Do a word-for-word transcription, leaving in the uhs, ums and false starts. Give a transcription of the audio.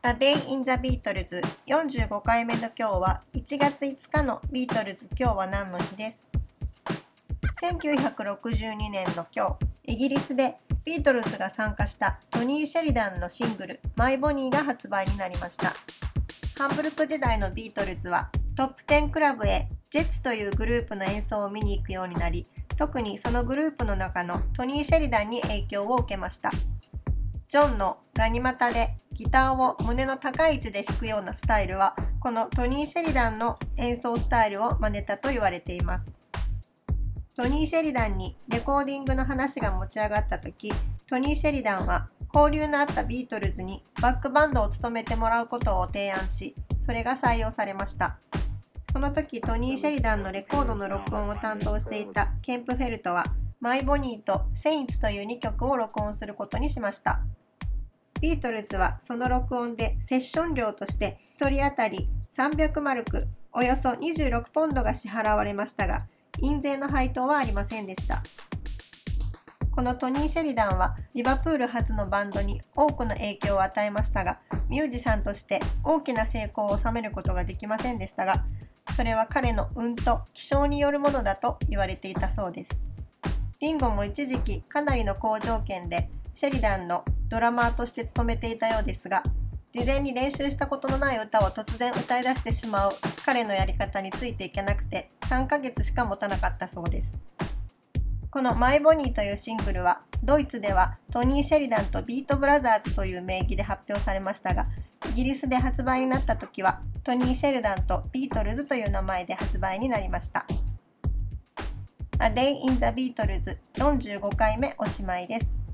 A Day in the Beatles よんじゅうごかいめの今日はいちがついつかのビートルズ今日は何の日です。せんきゅうひゃくろくじゅうにねんの今日、イギリスでビートルズが参加したトニー・シェリダンのシングルマイ・ボニーが発売になりました。ハンブルク時代のビートルズはトップじゅうクラブへジェッツというグループの演奏を見に行くようになり、特にそのグループの中のトニー・シェリダンに影響を受けました。ジョンのガニ股でギターを胸の高い位置で弾くようなスタイルは、このトニー・シェリダンの演奏スタイルを真似たと言われています。トニー・シェリダンにレコーディングの話が持ち上がった時、トニー・シェリダンは交流のあったビートルズにバックバンドを務めてもらうことを提案し、それが採用されました。その時トニー・シェリダンのレコードの録音を担当していたケンプフェルトは、マイ・ボニーとセインツというにきょくを録音することにしました。ビートルズはその録音でセッション料としてひとり当たりさんびゃくマルク、およそにじゅうろくポンドが支払われましたが、印税の配当はありませんでした。このトニー・シェリダンはリバプール発のバンドに多くの影響を与えましたが、ミュージシャンとして大きな成功を収めることができませんでしたが、それは彼の運と気性によるものだと言われていたそうです。リンゴも一時期かなりの好条件でシェリダンのドラマーとして務めていたようですが、事前に練習したことのない歌を突然歌い出してしまう彼のやり方についていけなくてさんかげつしか持たなかったそうです。このマイ・ボニーというシングルはドイツではトニー・シェリダンとビートブラザーズという名義で発表されましたが、イギリスで発売になった時はトニー・シェリダンとビートルズという名前で発売になりました。A Day in the Beatles よんじゅうごかいめおしまいです。